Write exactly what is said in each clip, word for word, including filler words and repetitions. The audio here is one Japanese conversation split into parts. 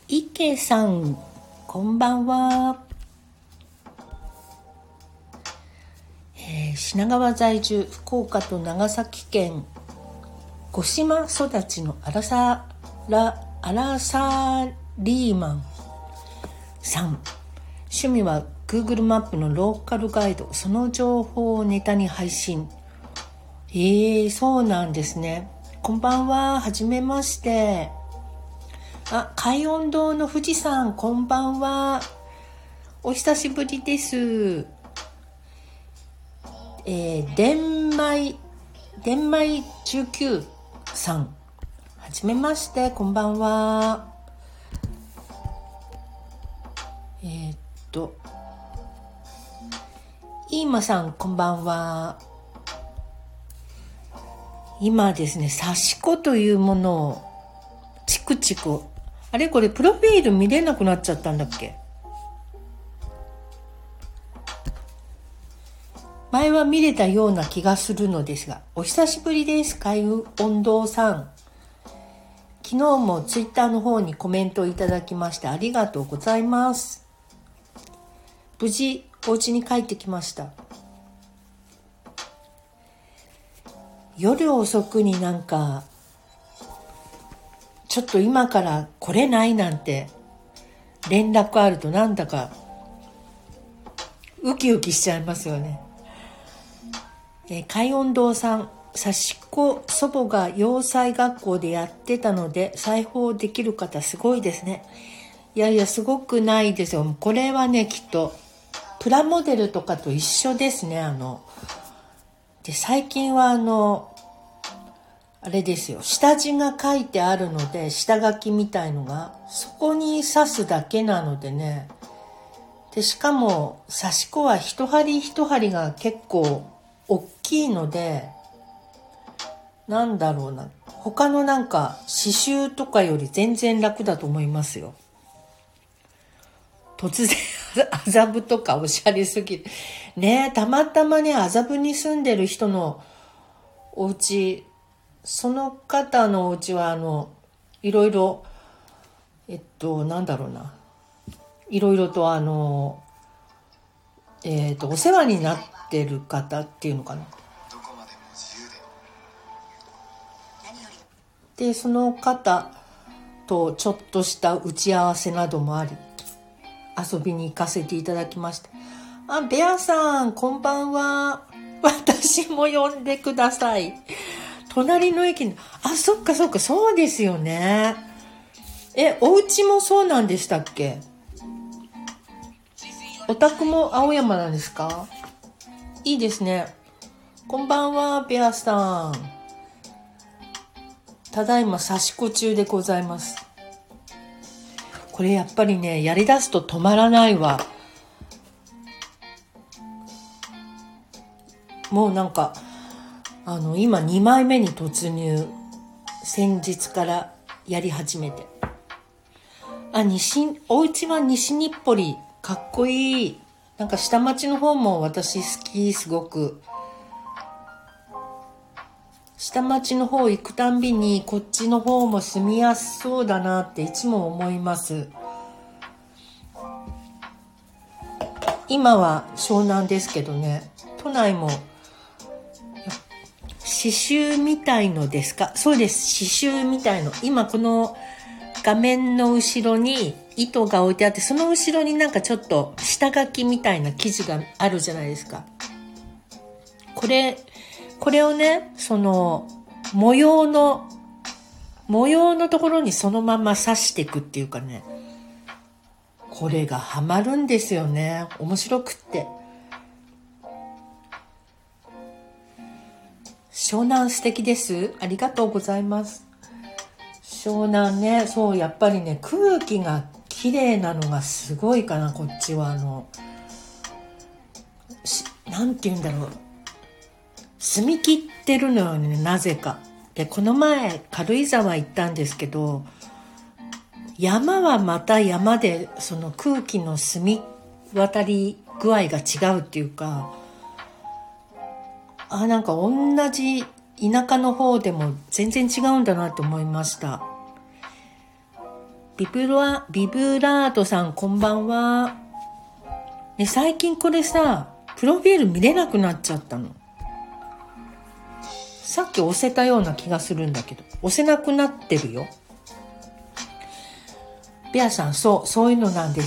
池さん、こんばんは。えー、品川在住、福岡と長崎県五島育ちのアラサラアラサリーマンさん。趣味は Google マップのローカルガイド、その情報をネタに配信。えー、そうなんですね。こんばんは、はじめまして。あ、海音堂の富士山、こんばんは。お久しぶりです。えー、電米、電米じゅうきゅうさん。はじめまして、こんばんは。えー、っと、イーマさん、こんばんは。今ですね、刺し子というものをチクチク、あれこれプロフィール見れなくなっちゃったんだっけ。前は見れたような気がするのですが、お久しぶりです、海音堂さん。昨日もツイッターの方にコメントをいただきましてありがとうございます。無事お家に帰ってきました。夜遅くになんかちょっと今から来れないなんて連絡あるとなんだかウキウキしちゃいますよね。えー、海音堂さん、刺し子祖母が洋裁学校でやってたので裁縫できる方すごいですね。いやいやすごくないですよ。これはねきっとプラモデルとかと一緒ですね。あので最近はあのあれですよ、下地が書いてあるので下書きみたいのがそこに刺すだけなのでね。でしかも刺し子は一針一針が結構大きいので、なんだろうな、他のなんか刺繍とかより全然楽だと思いますよ。突然麻布とかおしゃれすぎるね。たまたまね麻布に住んでる人のお家、その方のお家はあのいろいろえっとなんだろうないろいろとあのえっとお世話になってる方っていうのかな。でその方とちょっとした打ち合わせなどもあり遊びに行かせていただきました。あ、ベアさんこんばんは。私も呼んでください。隣の駅に、あ、そっかそっか、そうですよね。え、お家もそうなんでしたっけ？お宅も青山なんですか？いいですね。こんばんは、ベアさん。ただいま刺し子中でございます。これやっぱりね、やりだすと止まらないわ。もうなんか、あの、今にまいめに突入。先日からやり始めて。あ、西、お家は西日暮里。かっこいい。なんか下町の方も私好き、すごく。下町の方行くたんびにこっちの方も住みやすそうだなっていつも思います。今は湘南ですけどね、都内も刺繍みたいのですか？そうです、刺繍みたいの。今この画面の後ろに糸が置いてあって、その後ろになんかちょっと下書きみたいな生地があるじゃないですか。これこれをね、その模様の模様のところにそのまま刺していくっていうかね、これがハマるんですよね。面白くって。湘南素敵です。ありがとうございます。湘南ね、そうやっぱりね、空気が綺麗なのがすごいかな。こっちはあのなんて言うんだろう、澄み切ってるのよね、なぜか。でこの前軽井沢行ったんですけど、山はまた山でその空気の澄み渡り具合が違うっていうか、あ、なんか同じ田舎の方でも全然違うんだなと思いました。 ビブラ、ビブラートさんこんばんは。ね、最近これさ、プロフィール見れなくなっちゃったの。さっき押せたような気がするんだけど、押せなくなってるよ。ベアさん、そう、そういうのなんです。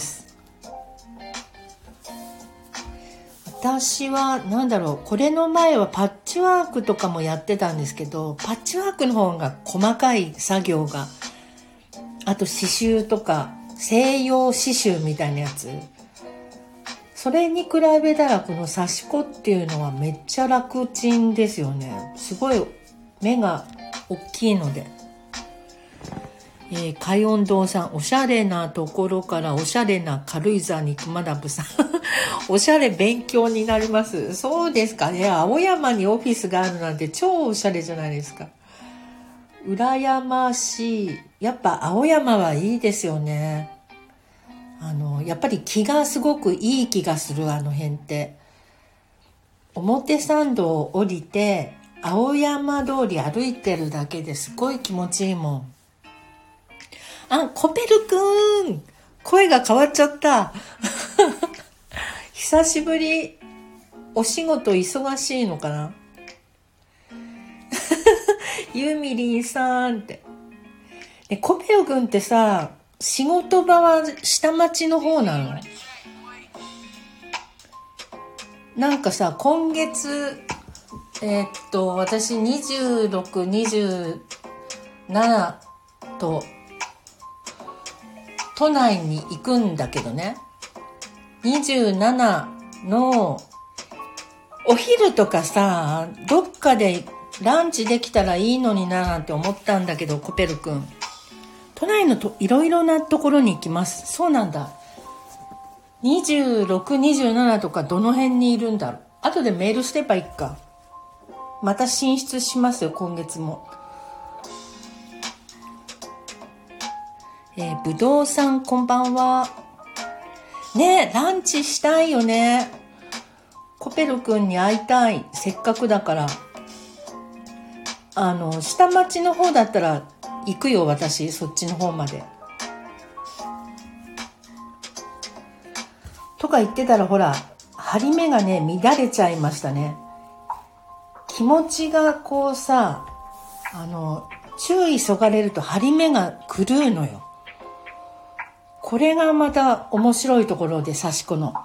私は、なんだろう、これの前はパッチワークとかもやってたんですけど、パッチワークの方が細かい作業が、あと刺繍とか、西洋刺繍みたいなやつ。それに比べたらこの刺し子っていうのはめっちゃ楽ちんですよね。すごい目が大きいので。えー、海音堂さん、おしゃれなところからおしゃれな軽井沢に行くマダムさん。おしゃれ勉強になります。そうですかね。青山にオフィスがあるなんて超おしゃれじゃないですか。羨ましい。やっぱ青山はいいですよね。あの、やっぱり気がすごくいい気がする、あの辺って。表参道を降りて、青山通り歩いてるだけですごい気持ちいいもん。あ、コペルくん、声が変わっちゃった。久しぶり。お仕事忙しいのかな。ユーミリンさんって。で、コペルくんってさ、仕事場は下町の方なの？なんかさ、今月、えー、っと、私にじゅうろく、にじゅうななと、都内に行くんだけどね。にじゅうななのお昼とかさ、どっかでランチできたらいいのにななんて思ったんだけど、コペルくん。都内のといろいろなところに行きます。そうなんだ。にじゅうろく、にじゅうななとかどの辺にいるんだろう。後でメールしてばいいか。また進出しますよ、今月も。えー、ぶどうさんこんばんは。ねえ、ランチしたいよね。コペル君に会いたい。せっかくだから。あの、下町の方だったら行くよ、私。そっちの方まで。とか言ってたらほら、張り目がね、乱れちゃいましたね。気持ちがこうさ、あの、注意そがれると張り目が狂うのよ。これがまた面白いところで、刺し子の。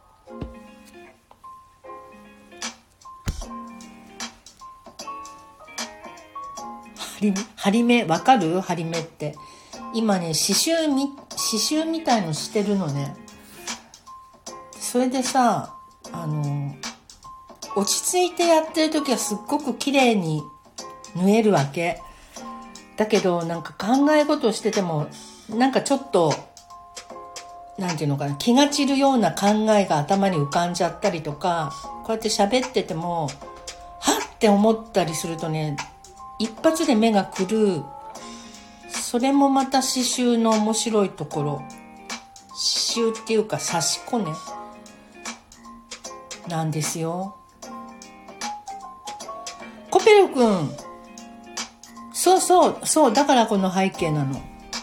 張り、張り目、わかる？張り目って。今ね、刺繍み、刺繍みたいのしてるのね。それでさ、あの、落ち着いてやってる時はすっごく綺麗に縫えるわけ。だけど、なんか考え事をしてても、なんかちょっと、なんていうのかな、気が散るような考えが頭に浮かんじゃったりとか、こうやって喋ってても、はっって思ったりするとね、一発で目が狂う。それもまた刺繍の面白いところ。刺繍っていうか刺し子ね。なんですよ。コペル君。そうそう、そう、だからこの背景なの。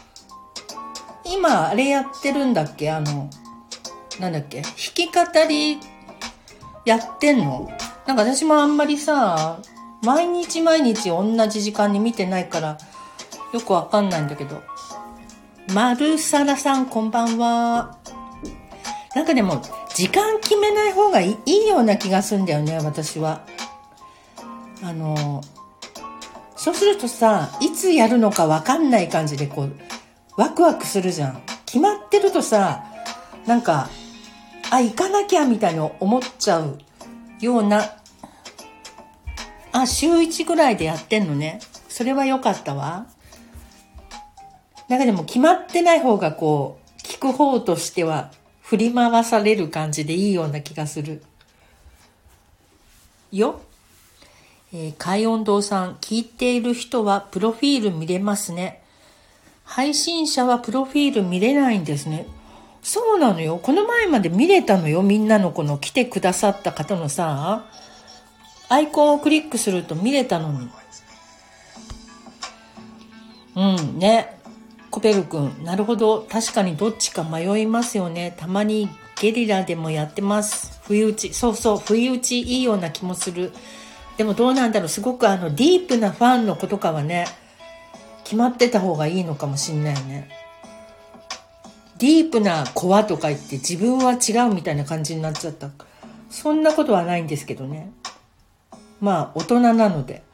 今、あれやってるんだっけ？あの、なんだっけ？弾き語りやってんの？なんか私もあんまりさ、毎日毎日同じ時間に見てないから、よくわかんないんだけど。マルサラさん、こんばんは。なんかでも、時間決めない方がいい、いいような気がするんだよね、私は。あの、そうするとさ、いつやるのかわかんない感じでこう、ワクワクするじゃん。決まってるとさ、なんか、あ、行かなきゃみたいに思っちゃうような、あ、週いちぐらいでやってんのね。それは良かったわ。なんかでも決まってない方がこう、聞く方としては振り回される感じでいいような気がする。よ。えー、海音堂さん、聞いている人はプロフィール見れますね。配信者はプロフィール見れないんですね。そうなのよ。この前まで見れたのよ。みんなのこの来てくださった方のさ、アイコンをクリックすると見れたのに。うんね。 コペル君、なるほど。確かにどっちか迷いますよね。たまにゲリラでもやってます。不意打ち。そうそう、不意打ちいいような気もする。でもどうなんだろう。すごくあのディープなファンの子とかはね、決まってた方がいいのかもしんないね。ディープな子はとか言って自分は違うみたいな感じになっちゃった。そんなことはないんですけどね。まあ大人なので。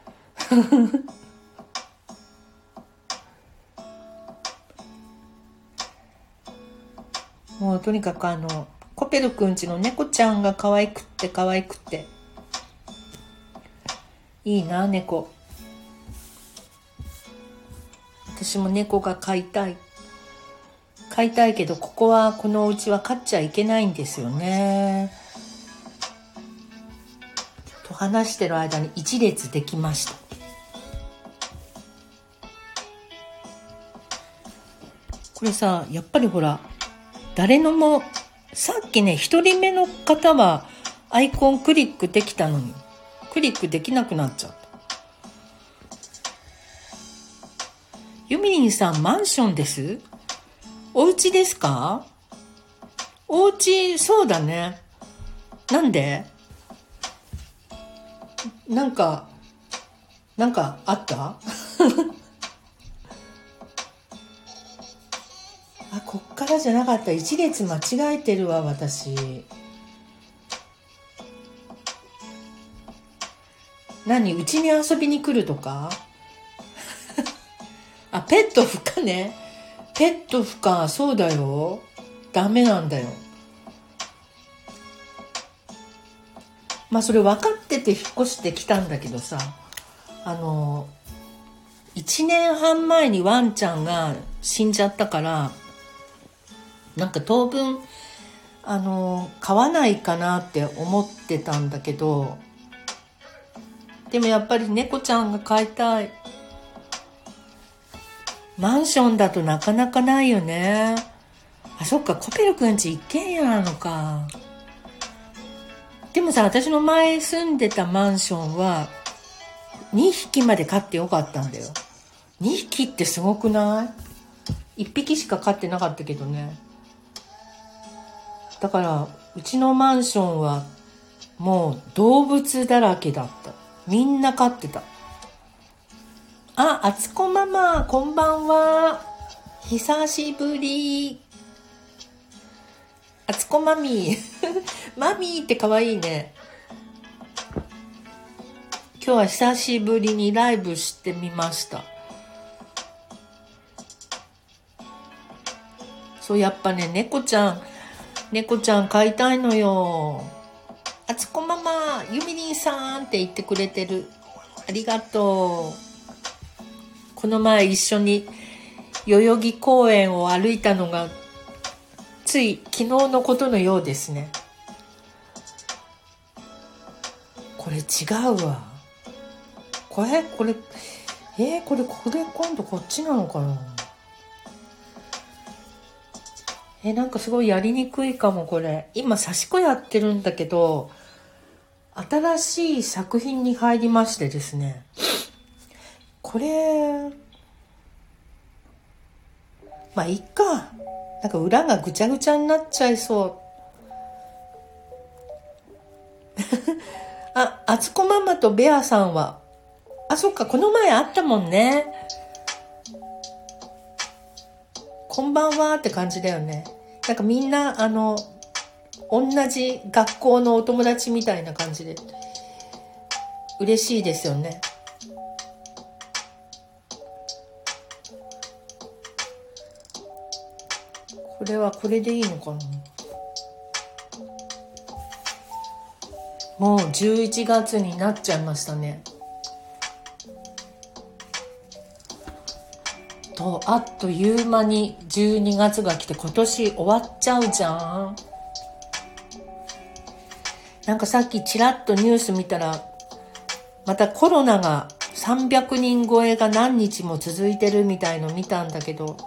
もうとにかくあのコペルくんちの猫ちゃんが可愛くって可愛くっていいな。猫、私も猫が飼いたい飼いたいけど、ここはこのお家は飼っちゃいけないんですよね。と話してる間に一列できました。これさ、やっぱりほら誰のも、さっきね一人目の方はアイコンクリックできたのにクリックできなくなっちゃった。ユミリンさん、マンションです？お家ですか？お家、そうだね。なんで？なんかなんかあったあ、こっからじゃなかった。一列間違えてるわ私。何、うちに遊びに来るとかあ、ペット不可ね。ペット不可、そうだよ。ダメなんだよ。まあそれ分かってて引っ越してきたんだけどさ、あのいちねんはん前にワンちゃんが死んじゃったから、なんか当分あの飼わないかなって思ってたんだけど、でもやっぱり猫ちゃんが飼いたい。マンションだとなかなかないよね。あ、そっか、コペルくんち一軒家なのか。でもさ、私の前住んでたマンションはにひきまで飼ってよかったんだよ。にひきってすごくない？いっぴきしか飼ってなかったけどね。だからうちのマンションはもう動物だらけだった。みんな飼ってた。あ、あつこママ、こんばんは。久しぶり。あつこマミー。マミーってかわいいね。今日は久しぶりにライブしてみました。そう、やっぱね、猫ちゃん、猫ちゃん飼いたいのよ。あつこママ、ゆみりんさんって言ってくれてる。ありがとう。この前一緒に代々木公園を歩いたのがつい昨日のことのようですね。これ違うわ。これこれえー、これこれ今度こっちなのかな。えー、なんかすごいやりにくいかも。これ今刺し子やってるんだけど、新しい作品に入りましてですね、これまあいいか。なんか裏がぐちゃぐちゃになっちゃいそうあ、あつこママとベアさんは、あ、そっか、この前会ったもんね。こんばんはって感じだよね。なんかみんなあの同じ学校のお友達みたいな感じで嬉しいですよね。これはこれでいいのかな。もうじゅういちがつになっちゃいましたね。とあっという間にじゅうにがつが来て今年終わっちゃうじゃん。なんかさっきちらっとニュース見たら、またコロナがさんびゃくにん超えが何日も続いてるみたいの見たんだけど、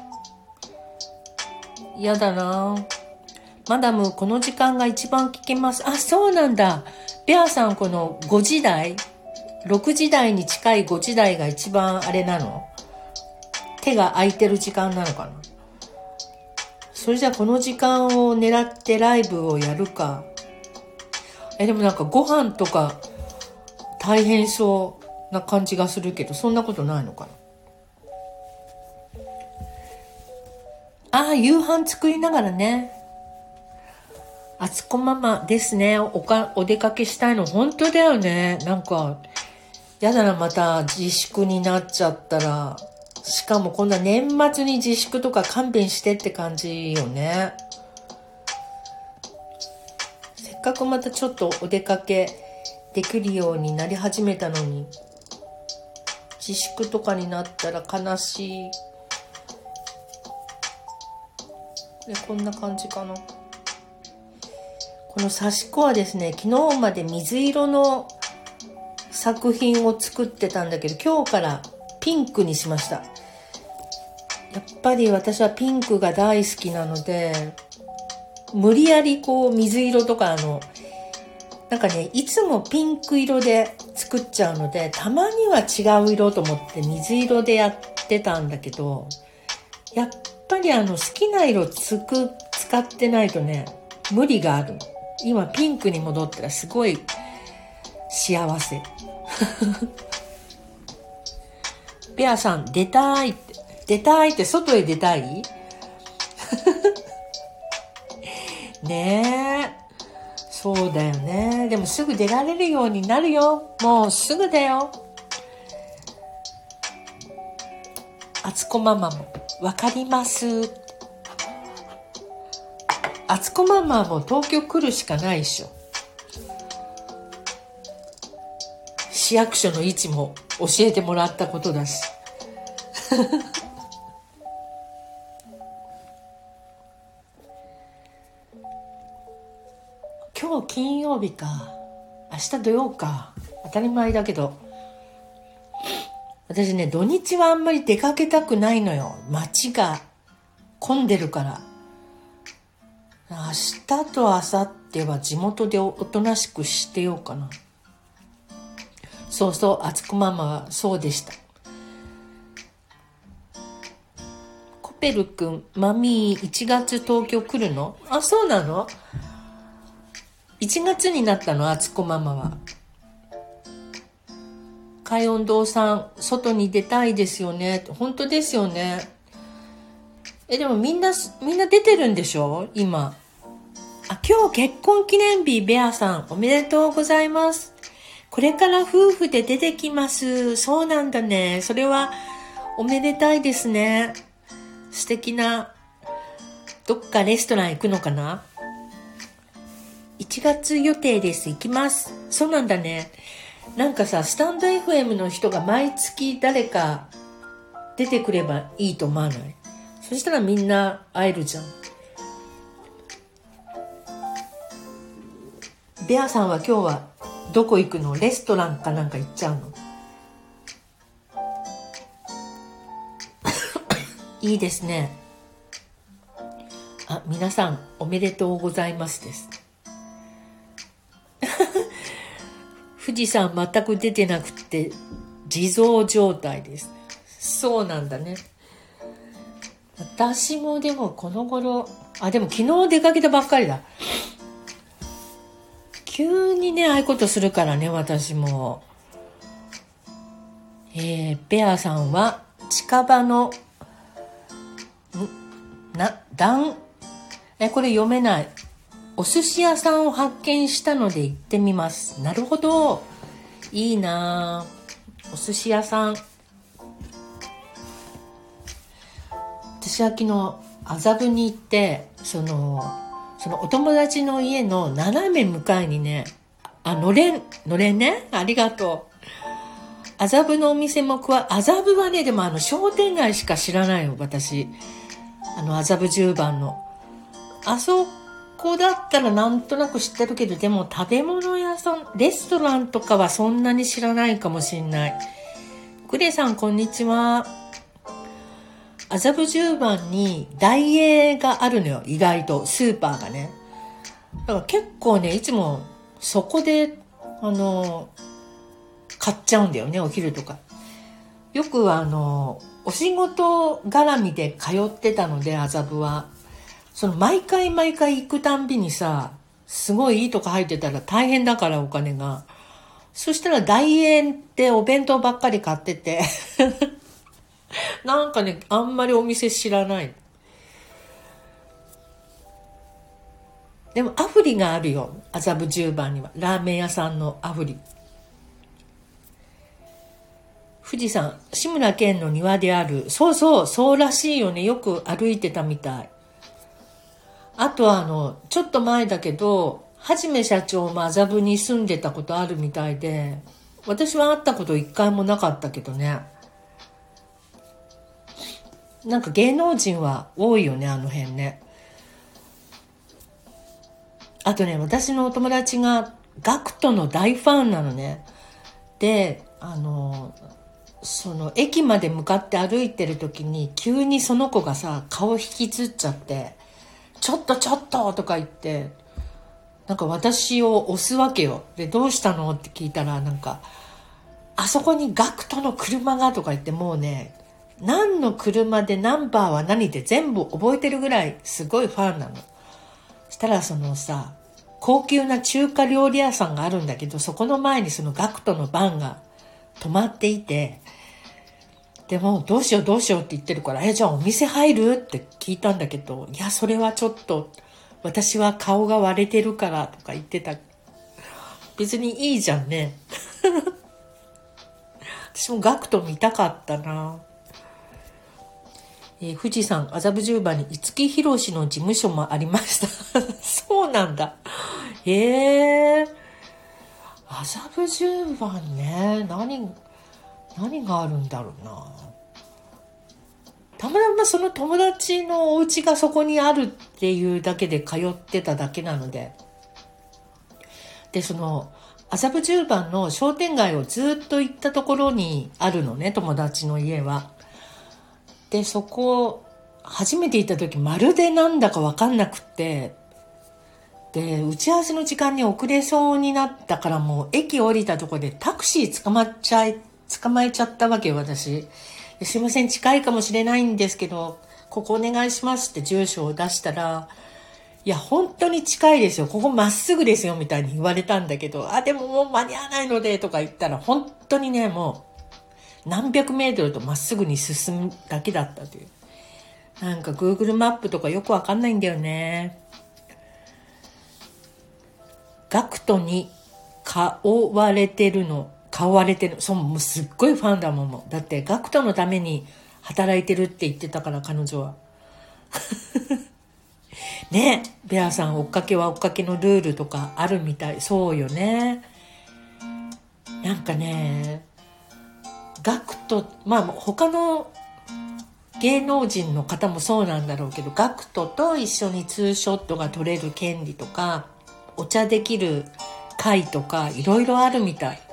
やだな。マダム、この時間が一番聞けます。あ、そうなんだ。ベアさん、このごじ台ろくじ台に近いごじ台が一番あれなの？ 手が空いてる時間なのかな。それじゃあこの時間を狙ってライブをやるか。え、でもなんかご飯とか大変そうな感じがするけど、そんなことないのかな。ああ、夕飯作りながらね。あつこママですね。おか、お出かけしたいの。本当だよね。なんか、やだな、また自粛になっちゃったら。しかもこんな年末に自粛とか勘弁してって感じよね。せっかくまたちょっとお出かけできるようになり始めたのに、自粛とかになったら悲しい。で、こんな感じかな。この刺し子はですね、昨日まで水色の作品を作ってたんだけど、今日からピンクにしました。やっぱり私はピンクが大好きなので、無理やりこう水色とかあの、なんかね、いつもピンク色で作っちゃうので、たまには違う色と思って水色でやってたんだけど、やっぱりあの好きな色つく使ってないとね、無理がある。今ピンクに戻ったらすごい幸せ。ベアさん、出たいって。出たいって外へ出たいねえ。そうだよね。でもすぐ出られるようになるよ。もうすぐだよ。あつこママもわかります。あつこママも東京来るしかないでしょ。市役所の位置も教えてもらったことだし。今日金曜日か。明日土曜か。当たり前だけど。私ね、土日はあんまり出かけたくないのよ。街が混んでるから。明日と明後日は地元でおとなしくしてようかな。そうそう、あつこママはそうでした。コペルくん、マミーいちがつ東京来るの？あ、そうなの？いちがつになったの、あつこママは。海音堂さん、外に出たいですよね。本当ですよね。え、でもみんな、みんな出てるんでしょ今。あ、今日結婚記念日、ベアさん、おめでとうございます。これから夫婦で出てきます。そうなんだね。それはおめでたいですね。素敵な、どっかレストラン行くのかな？いちがつ予定です。行きます。そうなんだね。なんかさ、スタンド エフエム の人が毎月誰か出てくればいいと思わない？そしたらみんな会えるじゃん。ベアさんは今日はどこ行くの？レストランかなんか行っちゃうの？いいですね。あ、皆さんおめでとうございますです。富士山全く出てなくて地蔵状態です。そうなんだね。私もでもこの頃、あ、でも昨日出かけたばっかりだ。急にね、ああいうことするからね、私も。えー、ベアさんは近場のんな、だん、え、これ読めない。お寿司屋さんを発見したので行ってみます。なるほど。いいなぁ。お寿司屋さん。私は昨日麻布に行って、その、そのお友達の家の斜め向かいにね、あ、のれん、のれんね。ありがとう。麻布のお店もくわ、麻布はね、でもあの商店街しか知らないよ、私。あの麻布十番の。あそこだったらなんとなく知ってるけど、でも食べ物屋さん、レストランとかはそんなに知らないかもしんない。クレさん、こんにちは。麻布十番にダイエーがあるのよ、意外と。スーパーがね。だから結構ね、いつもそこで、あの、買っちゃうんだよね、お昼とか。 よくあのお仕事絡みで通ってたので、麻布はその毎回毎回行くたんびにさ、すごいいいとこ入ってたら大変だから、お金が。そしたら大円ってお弁当ばっかり買っててなんかね、あんまりお店知らない。でもアフリがあるよ、麻布十番には。ラーメン屋さんのアフリ。富士山、志村けんの庭である。そうそう、そうらしいよね。よく歩いてたみたい。あとはあの、ちょっと前だけど、はじめ社長も麻布に住んでたことあるみたいで、私は会ったこと一回もなかったけどね。なんか芸能人は多いよね、あの辺ね。あとね、私のお友達がガクトの大ファンなのね。で、あの、その駅まで向かって歩いてる時に急にその子がさ、顔引きつっちゃって、ちょっとちょっととか言って、なんか私を押すわけよ。で、どうしたのって聞いたら、なんか、あそこにガクトの車がとか言って、もうね、何の車でナンバーは何で全部覚えてるぐらいすごいファンなの。したらそのさ、高級な中華料理屋さんがあるんだけど、そこの前にそのガクトのバンが止まっていて、でもどうしようどうしようって言ってるから、え、じゃあお店入るって聞いたんだけど、いや、それはちょっと、私は顔が割れてるからとか言ってた。別にいいじゃんね。私もガクト見たかったな。えー、富士山麻布十番に五木ひろしの事務所もありましたそうなんだ。へえ。麻布十番ね、何何があるんだろうな。たまたまその友達のお家がそこにあるっていうだけで通ってただけなので。で、その麻布十番の商店街をずっと行ったところにあるのね、友達の家は。で、そこ初めて行った時、まるでなんだか分かんなくって、で、打ち合わせの時間に遅れそうになったから、もう駅降りたところでタクシー捕まっちゃい捕まえちゃったわけよ、私。すいません、近いかもしれないんですけど、ここお願いしますって住所を出したら、いや、本当に近いですよ、ここまっすぐですよみたいに言われたんだけど、あ、でももう間に合わないのでとか言ったら、本当にね、もう何百メートルとまっすぐに進むだけだったという。なんか Google マップとかよくわかんないんだよね。ガクトに顔割れてるの、顔割れてる、そう、もうすっごいファンだもん。もだってガクトのために働いてるって言ってたから、彼女はねえ、ベアさん、追っかけは追っかけのルールとかあるみたい。そうよね。なんかね、ガクト、まあ他の芸能人の方もそうなんだろうけど、ガクトと一緒にツーショットが撮れる権利とか、お茶できる会とか、いろいろあるみたい。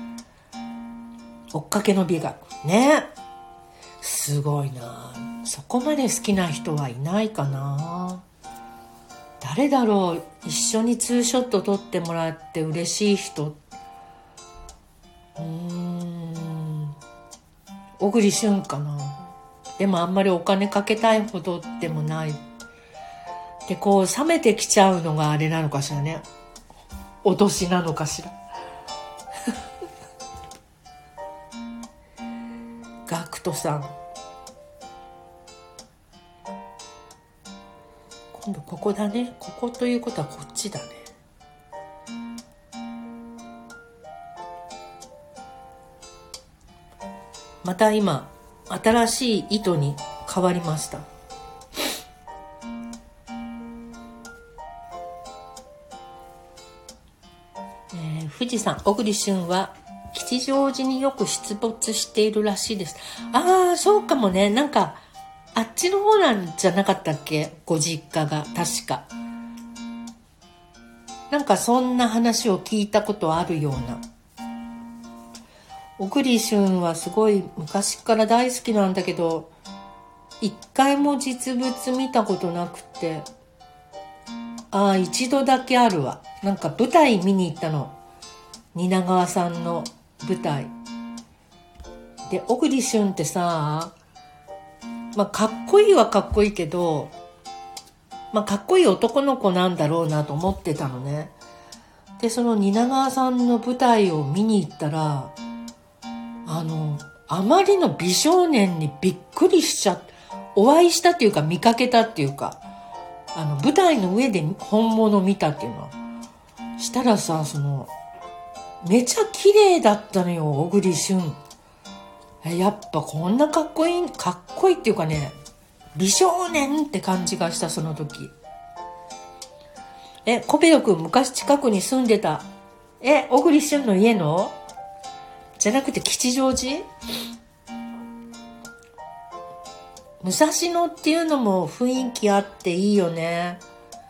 追っかけの美学ね。すごいな。そこまで好きな人はいないかな。誰だろう。一緒にツーショット撮ってもらって嬉しい人。うーん、小栗旬かな。でもあんまりお金かけたいほどでもない。で、こう冷めてきちゃうのがあれなのかしらね。脅しなのかしら。ガクトさん、今度ここだね。ここということはこっちだね。また今新しい糸に変わりました。えー、富士山、小栗旬は吉祥寺によく出没しているらしいです。ああ、そうかもね。なんかあっちの方なんじゃなかったっけ、ご実家が。確かなんかそんな話を聞いたことあるような。小栗旬はすごい昔から大好きなんだけど、一回も実物見たことなくて。ああ、一度だけあるわ。なんか舞台見に行ったの、蜷川さんの舞台。 で小栗旬ってさ、まあかっこいいはかっこいいけど、まあかっこいい男の子なんだろうなと思ってたのね。でその蜷川さんの舞台を見に行ったら、あのあまりの美少年にびっくりしちゃって、お会いしたっていうか見かけたっていうか、あの舞台の上で本物見たっていうのしたらさ、そのめちゃ綺麗だったのよ、小栗旬。やっぱこんなかっこいい、かっこいいっていうかね、美少年って感じがした、その時。え、コペロくん昔近くに住んでた。え、小栗旬の家のじゃなくて吉祥寺？武蔵野っていうのも雰囲気あっていいよね。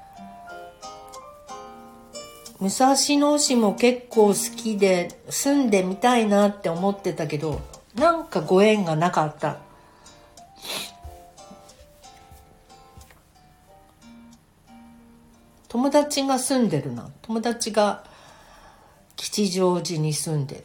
武蔵野市も結構好きで住んでみたいなって思ってたけど、なんかご縁がなかった。友達が住んでるな。友達が吉祥寺に住んでる。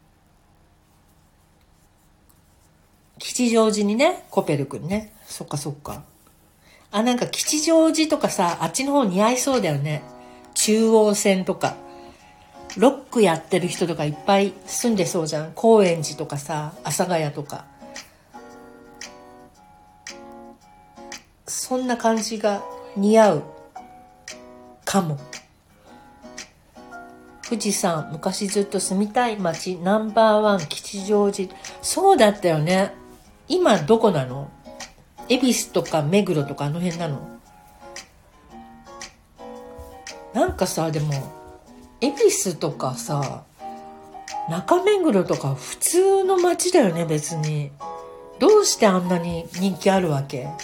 吉祥寺にね、コペル君ね。そっかそっか。あ、なんか吉祥寺とかさ、あっちの方似合いそうだよね。中央線とか。ロックやってる人とかいっぱい住んでそうじゃん。高円寺とかさ、阿佐ヶ谷とか。そんな感じが似合うかも。富士山、昔ずっと住みたい街ナンバーワン吉祥寺。そうだったよね。今どこなの？恵比寿とか目黒とかあの辺なの？なんかさ、でも恵比寿とかさ、中目黒とか普通の街だよね、別に。どうしてあんなに人気あるわけ？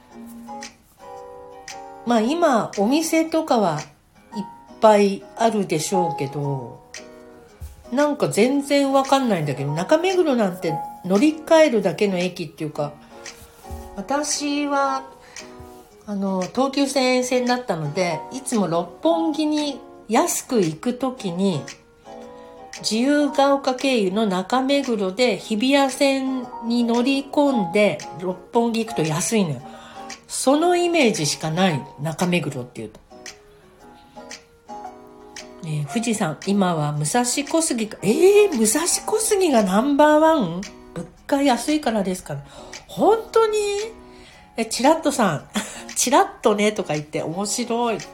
まあ今お店とかはいっぱいあるでしょうけど、なんか全然わかんないんだけど、中目黒なんて乗り換えるだけの駅っていうか、私はあの東急線沿線だったので、いつも六本木に安く行くときに自由が丘経由の中目黒で日比谷線に乗り込んで六本木行くと安いのよ。そのイメージしかない、中目黒っていうと。ね、富士山、今は武蔵小杉か。えー、武蔵小杉がナンバーワン？物価安いからですから。本当に？え、チラッとさん、チラッとねとか言って面白い。武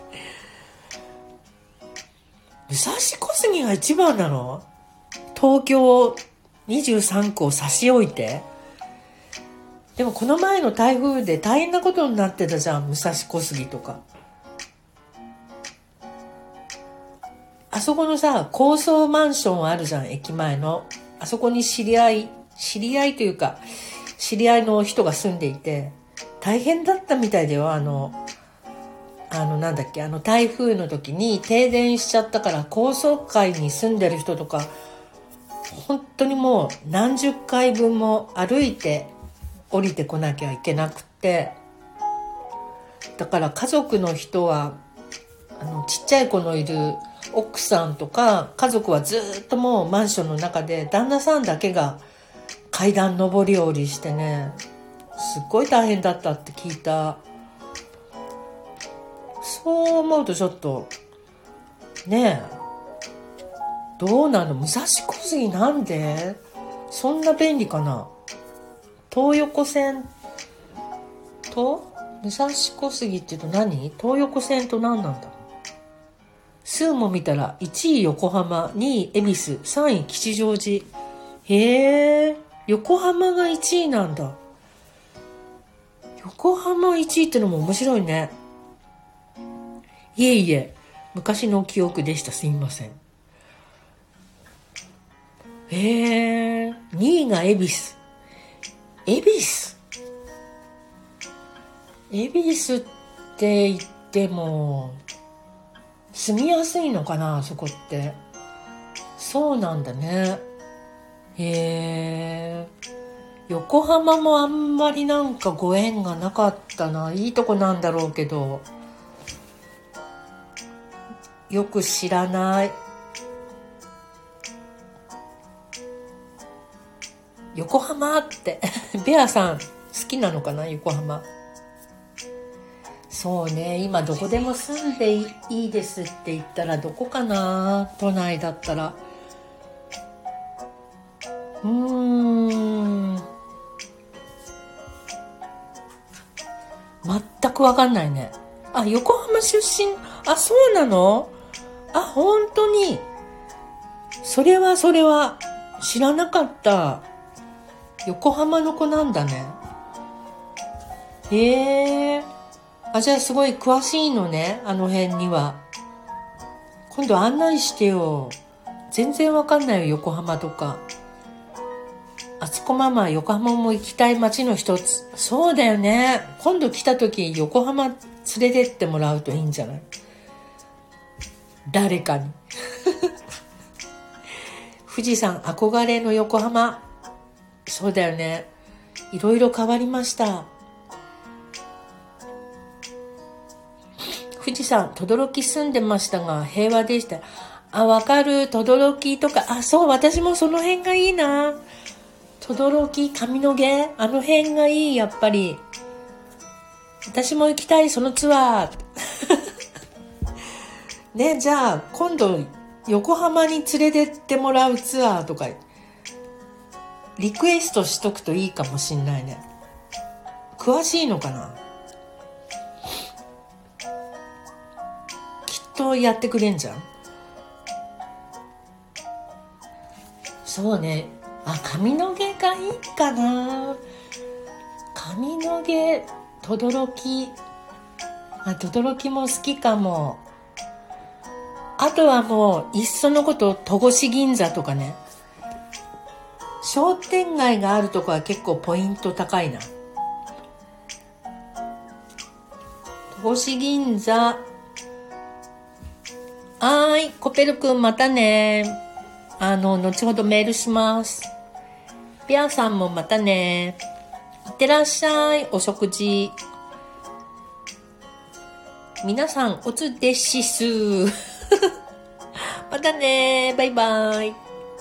蔵小杉が一番なの？東京にじゅうさんくを差し置いて。でもこの前の台風で大変なことになってたじゃん、武蔵小杉とか。あそこのさ、高層マンションあるじゃん、駅前の。あそこに知り合い、知り合いというか、知り合いの人が住んでいて、大変だったみたいだよ、あの、あのなんだっけ、あの台風の時に停電しちゃったから、高層階に住んでる人とか、本当にもう何十回分も歩いて降りてこなきゃいけなくて、だから家族の人は、あのちっちゃい子のいる奥さんとか家族はずっともうマンションの中で、旦那さんだけが階段上り下りしてね、すっごい大変だったって聞いた。そう思うとちょっとねえ、どうなの？武蔵小杉なんでそんな便利かな？東横線と武蔵小杉って言うと何？東横線と何なんだ？数も見たらいちい横浜、にい恵比寿、さんい吉祥寺。へえ、横浜がいちいなんだ。横浜いちいってのも面白いね。いえいえ、昔の記憶でした。すみません。へえ、にいが恵比寿。恵比寿恵比寿って言っても住みやすいのかな、そこって。そうなんだね。へえ。横浜もあんまりなんかご縁がなかったな。いいとこなんだろうけど、よく知らない。 横浜ってベアさん好きなのかな、横浜。そうね、今どこでも住んでいいですって言ったらどこかな、都内だったら。うーん全く分かんないね。あ、横浜出身。あ、そうなの。あ、本当に。それはそれは知らなかった。横浜の子なんだね。へえ。あ、じゃあすごい詳しいのね、あの辺には。今度案内してよ。全然わかんないよ、横浜とか。あつこママ、横浜も行きたい街の一つ。そうだよね。今度来た時横浜連れてってもらうといいんじゃない？誰かに富士山憧れの横浜。そうだよね。いろいろ変わりました。富士山轟住んでましたが平和でした。あ、わかる。轟とか、あ、そう、私もその辺がいいな。轟、上野毛、あの辺がいい、やっぱり。私も行きたい、そのツアーね、じゃあ今度横浜に連れてってもらうツアーとかリクエストしとくといいかもしんないね。詳しいのかな。きっとやってくれんじゃん。そうね。あ、上野毛がいいかな。上野毛、轟。あ、轟も好きかも。あとはもういっそのこと戸越銀座とかね。商店街があるとこは結構ポイント高いな。戸越銀座。はーい、コペルくんまたね。あの後ほどメールします。ピアさんもまたね。いってらっしゃい、お食事。皆さんおつでしすまたね、バイバイ。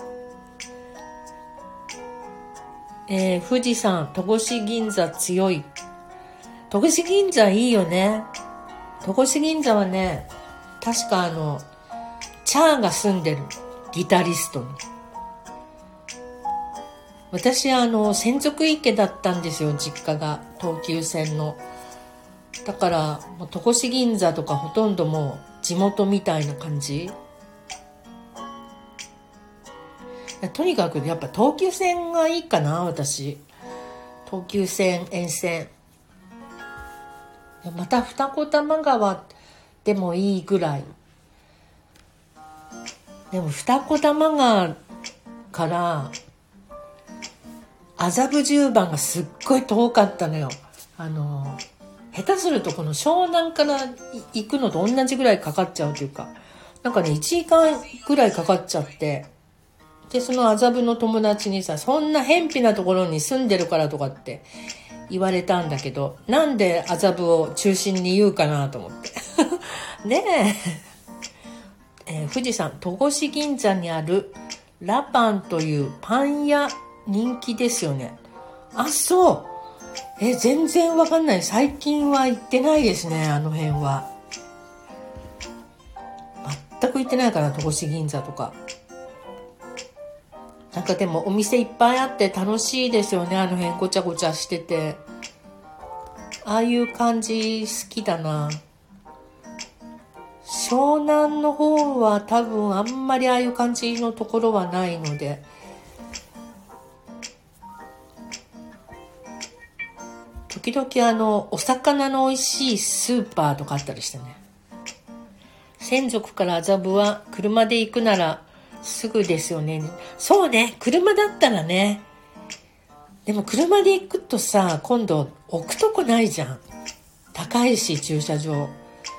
えー、富士山戸越銀座強い。戸越銀座いいよね。戸越銀座はね、確かあのチャーが住んでる、ギタリストに。私あの洗足池だったんですよ、実家が東急線の。だからもう戸越銀座とかほとんどもう地元みたいな感じ。とにかくやっぱ東急線がいいかな、私。東急線沿線。また二子玉川でもいいぐらい。でも二子玉川から麻布十番がすっごい遠かったのよ。あの下手するとこの湘南から行くのと同じぐらいかかっちゃうというか、なんかねいちじかんぐらいかかっちゃって、でその麻布の友達にさ、そんな偏僻なところに住んでるからとかって言われたんだけど、なんで麻布を中心に言うかなと思ってねええー、富士山戸越銀座にあるラパンというパン屋人気ですよね。あ、そう。え、全然わかんない。最近は行ってないですね、あの辺は。全く行ってないかな、戸越銀座とか。なんかでもお店いっぱいあって楽しいですよね、あの辺ごちゃごちゃしてて。ああいう感じ好きだな。湘南の方は多分あんまりああいう感じのところはないので、時々あのお魚の美味しいスーパーとかあったりしてね。洗足から麻布は車で行くならすぐですよね。そうね、車だったらね。でも車で行くとさ、今度置くとこないじゃん。高いし駐車場。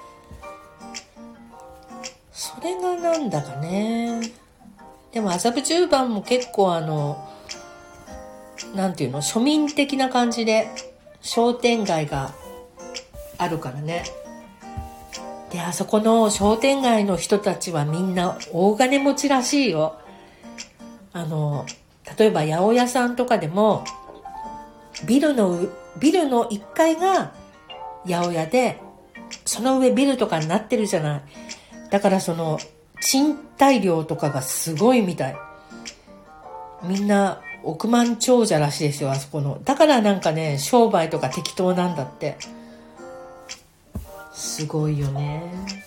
それがなんだかね。でも麻布十番も結構あのなんていうの、庶民的な感じで商店街があるからね。で、あそこの商店街の人たちはみんな大金持ちらしいよ。あの例えば八百屋さんとかでもビルのビルのいっかいが八百屋で、その上ビルとかになってるじゃない。だからその賃貸料とかがすごいみたい。みんな億万長者らしいですよ、あそこの。だからなんかね、商売とか適当なんだって。すごいよね。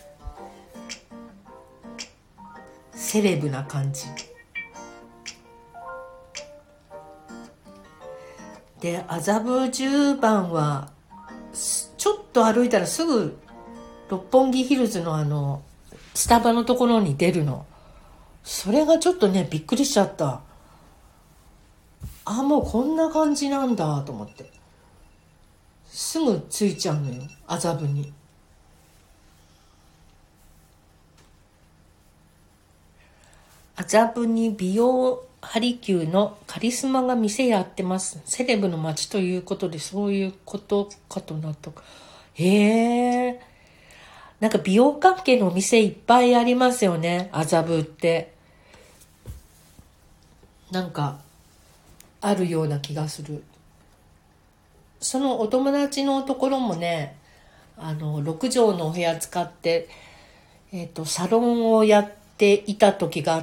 セレブな感じで、麻布十番はちょっと歩いたらすぐ六本木ヒルズのあのスタバのところに出るの。それがちょっとね、びっくりしちゃった。あ、もうこんな感じなんだと思って、すぐ着いちゃうのよ、麻布に。麻布に美容ハリキューのカリスマが店やってます。セレブの街ということで、そういうことかとなった。へえ。なんか美容関係のお店いっぱいありますよね、麻布って。なんかあるような気がする。そのお友達のところもね、あのろく畳のお部屋使って、えっとサロンをやっていた時があって、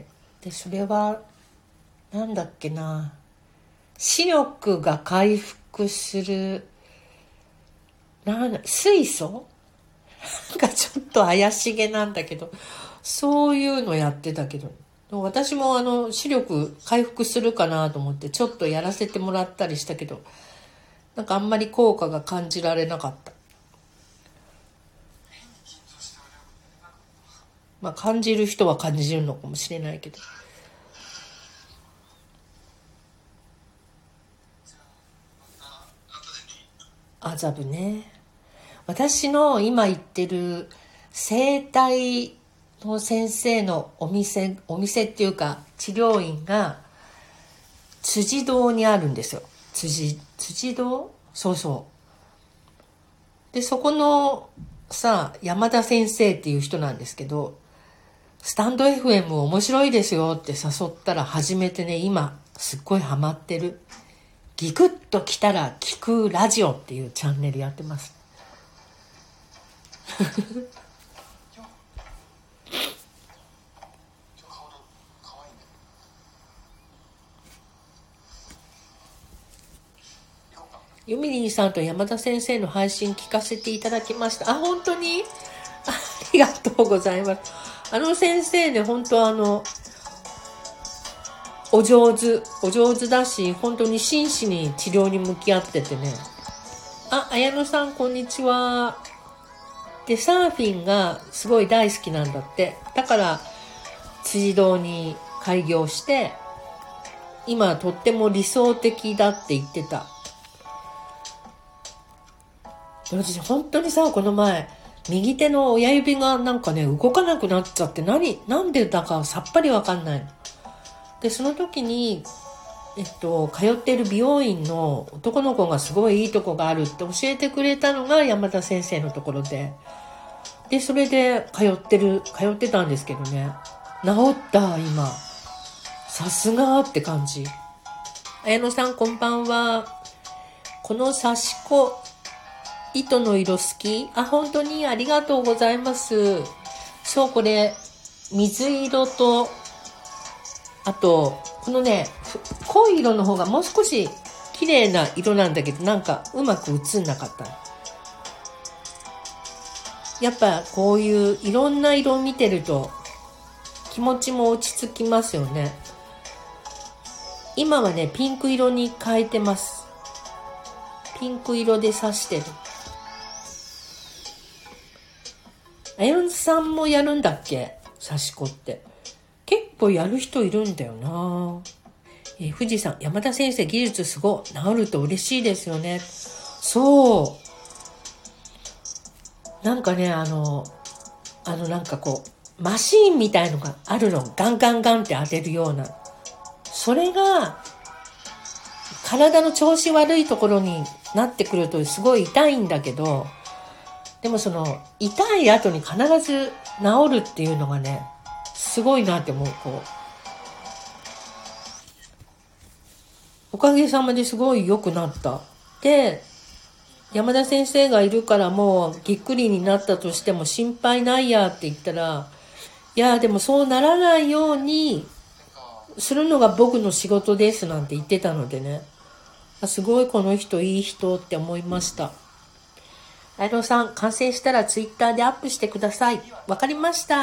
でそれはなんだっけな、視力が回復するなん水素なんかちょっと怪しげなんだけど、そういうのやってたけど、私もあの視力回復するかなと思ってちょっとやらせてもらったりしたけど、なんかあんまり効果が感じられなかった。まあ感じる人は感じるのかもしれないけど。麻布ね。私の今行ってる整体の先生のお店、お店っていうか治療院が辻堂にあるんですよ。辻、辻堂？そうそう。で、そこのさ、山田先生っていう人なんですけど、スタンド エフエム 面白いですよって誘ったら始めてね、今すっごいハマってる。ギクッと来たら聞くラジオっていうチャンネルやってます。ユミリンさんと山田先生の配信聞かせていただきました。あ、本当にありがとうございます。あの先生ね、本当あのお上手お上手だし、本当に真摯に治療に向き合っててね。あ、綾野さんこんにちは。で、サーフィンがすごい大好きなんだって。だから辻堂に開業して、今とっても理想的だって言ってた。私本当にさ、この前右手の親指がなんかね動かなくなっちゃって、何なんでだかさっぱりわかんない。でその時にえっと通っている美容院の男の子がすごいいいとこがあるって教えてくれたのが山田先生のところで、でそれで通ってる通ってたんですけどね、治った今、さすがって感じ。綾野さんこんばんは。この刺し子糸の色好き？あ、本当にありがとうございます。そう、これ水色と、あとこのね濃い色の方がもう少し綺麗な色なんだけど、なんかうまく映んなかった。やっぱこういういろんな色を見てると気持ちも落ち着きますよね。今はねピンク色に変えてます。ピンク色で刺してる。あやんさんもやるんだっけ、刺し子って。結構やる人いるんだよな。えー、富士山、山田先生技術すごい。治ると嬉しいですよね。そう。なんかね、あの、あのなんかこう、マシーンみたいのがあるの。ガンガンガンって当てるような。それが、体の調子悪いところになってくるとすごい痛いんだけど、でもその痛い後に必ず治るっていうのがね、すごいなって思う。こおかげさまですごい良くなった。で、山田先生がいるからもうぎっくりになったとしても心配ないやって言ったら、いやでもそうならないようにするのが僕の仕事ですなんて言ってたのでね、すごいこの人いい人って思いました。あやのさん、完成したらツイッターでアップしてください。わかりました。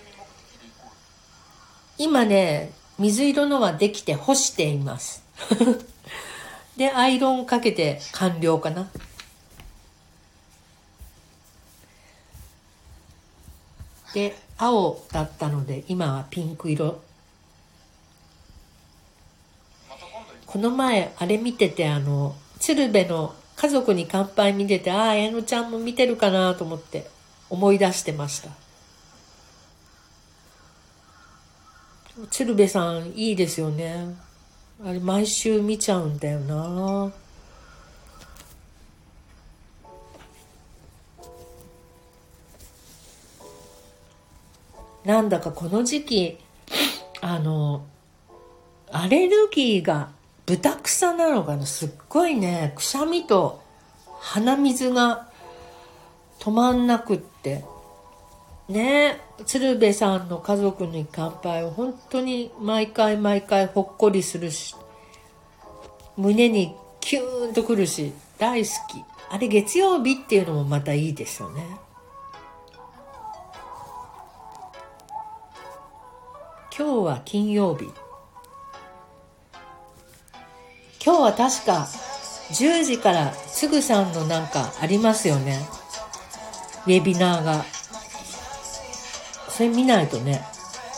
今ね、水色のはできて干していますでアイロンかけて完了かな。で青だったので今はピンク色。この前あれ見てて、あの鶴瓶の家族に乾杯見てて、ああ綾乃ちゃんも見てるかなと思って思い出してました。鶴瓶さんいいですよね。あれ毎週見ちゃうんだよな。なんだかこの時期あのアレルギーが豚草なのかな、すっごいね、くしゃみと鼻水が止まんなくってね。鶴瓶さんの家族に乾杯を本当に毎回毎回ほっこりするし、胸にキューンとくるし大好き。あれ月曜日っていうのもまたいいですよね。今日は金曜日。今日は確かじゅうじからつぐさんのなんかありますよね、ウェビナーが。それ見ないとね。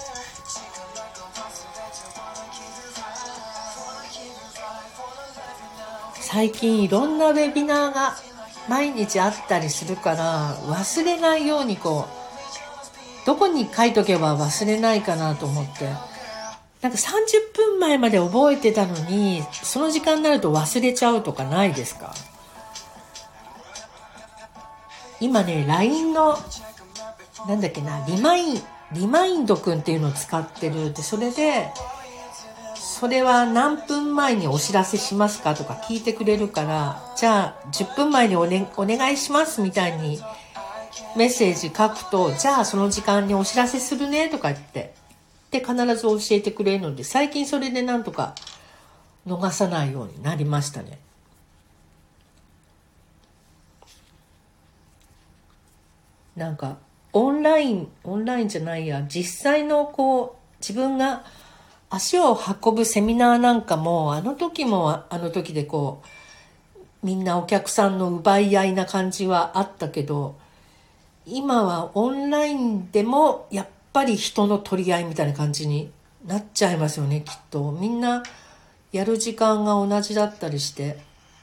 最近いろんなウェビナーが毎日あったりするから忘れないように、こうどこに書いとけば忘れないかなと思って、なんかさんじゅっぷんまえまで覚えてたのにその時間になると忘れちゃうとかないですか？今ね ライン のなんだっけな、リマインリマインドくんっていうのを使ってる。でそれでそれは何分前にお知らせしますかとか聞いてくれるから、じゃあじゅっぷんまえにお、ね、お願いしますみたいにメッセージ書くと、じゃあその時間にお知らせするねとか言ってで必ず教えてくれるので、最近それでなんとか逃さないようになりましたね。なんかオンラインオンラインじゃないや、実際のこう自分が足を運ぶセミナーなんかも、あの時もあの時でこうみんなお客さんの奪い合いな感じはあったけど、今はオンラインでもやっぱり人の取り合いみたいな感じになっちゃいますよね、きっと。みんなやる時間が同じだったりして。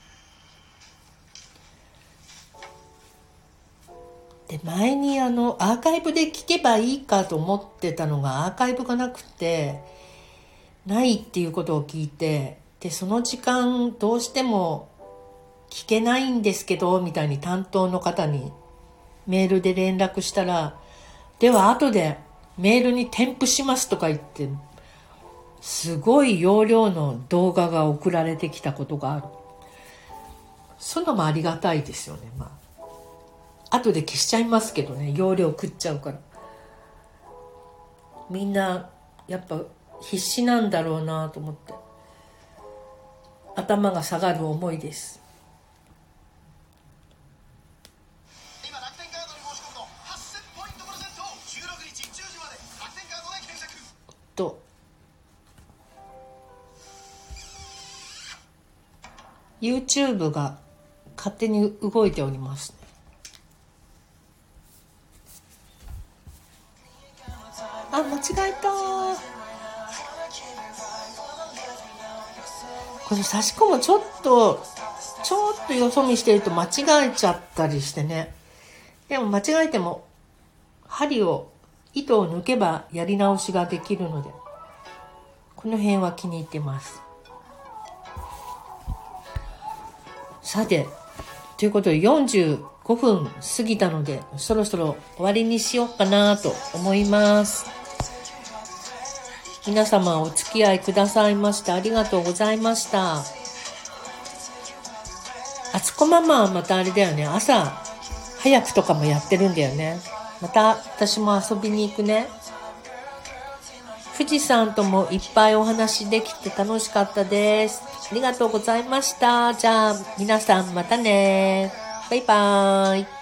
で前にあのアーカイブで聞けばいいかと思ってたのが、アーカイブがなくてないっていうことを聞いて、でその時間どうしても聞けないんですけどみたいに担当の方にメールで連絡したら、では後でメールに添付しますとか言って、すごい容量の動画が送られてきたことがある。そういうのもありがたいですよね。まあ後で消しちゃいますけどね、容量食っちゃうから。みんなやっぱ必死なんだろうなと思って頭が下がる思いです。今楽天カードに申し込むとはっせんポイントプレゼント。じゅうろくにちじゅうじまで楽天カードで検索と YouTube が勝手に動いておりますね。あ、間違えた。これ差し込むちょっとちょっとよそ見してると間違えちゃったりしてね。でも間違えても針を糸を抜けばやり直しができるので、この辺は気に入ってます。さてということでよんじゅうごふん過ぎたので、そろそろ終わりにしようかなと思います。 皆様お付き合いくださいましてありがとうございました。あつこママはまたあれだよね、朝早くとかもやってるんだよね。また私も遊びに行くね。富士山ともいっぱいお話できて楽しかったです。ありがとうございました。じゃあ皆さんまたね。バイバーイ。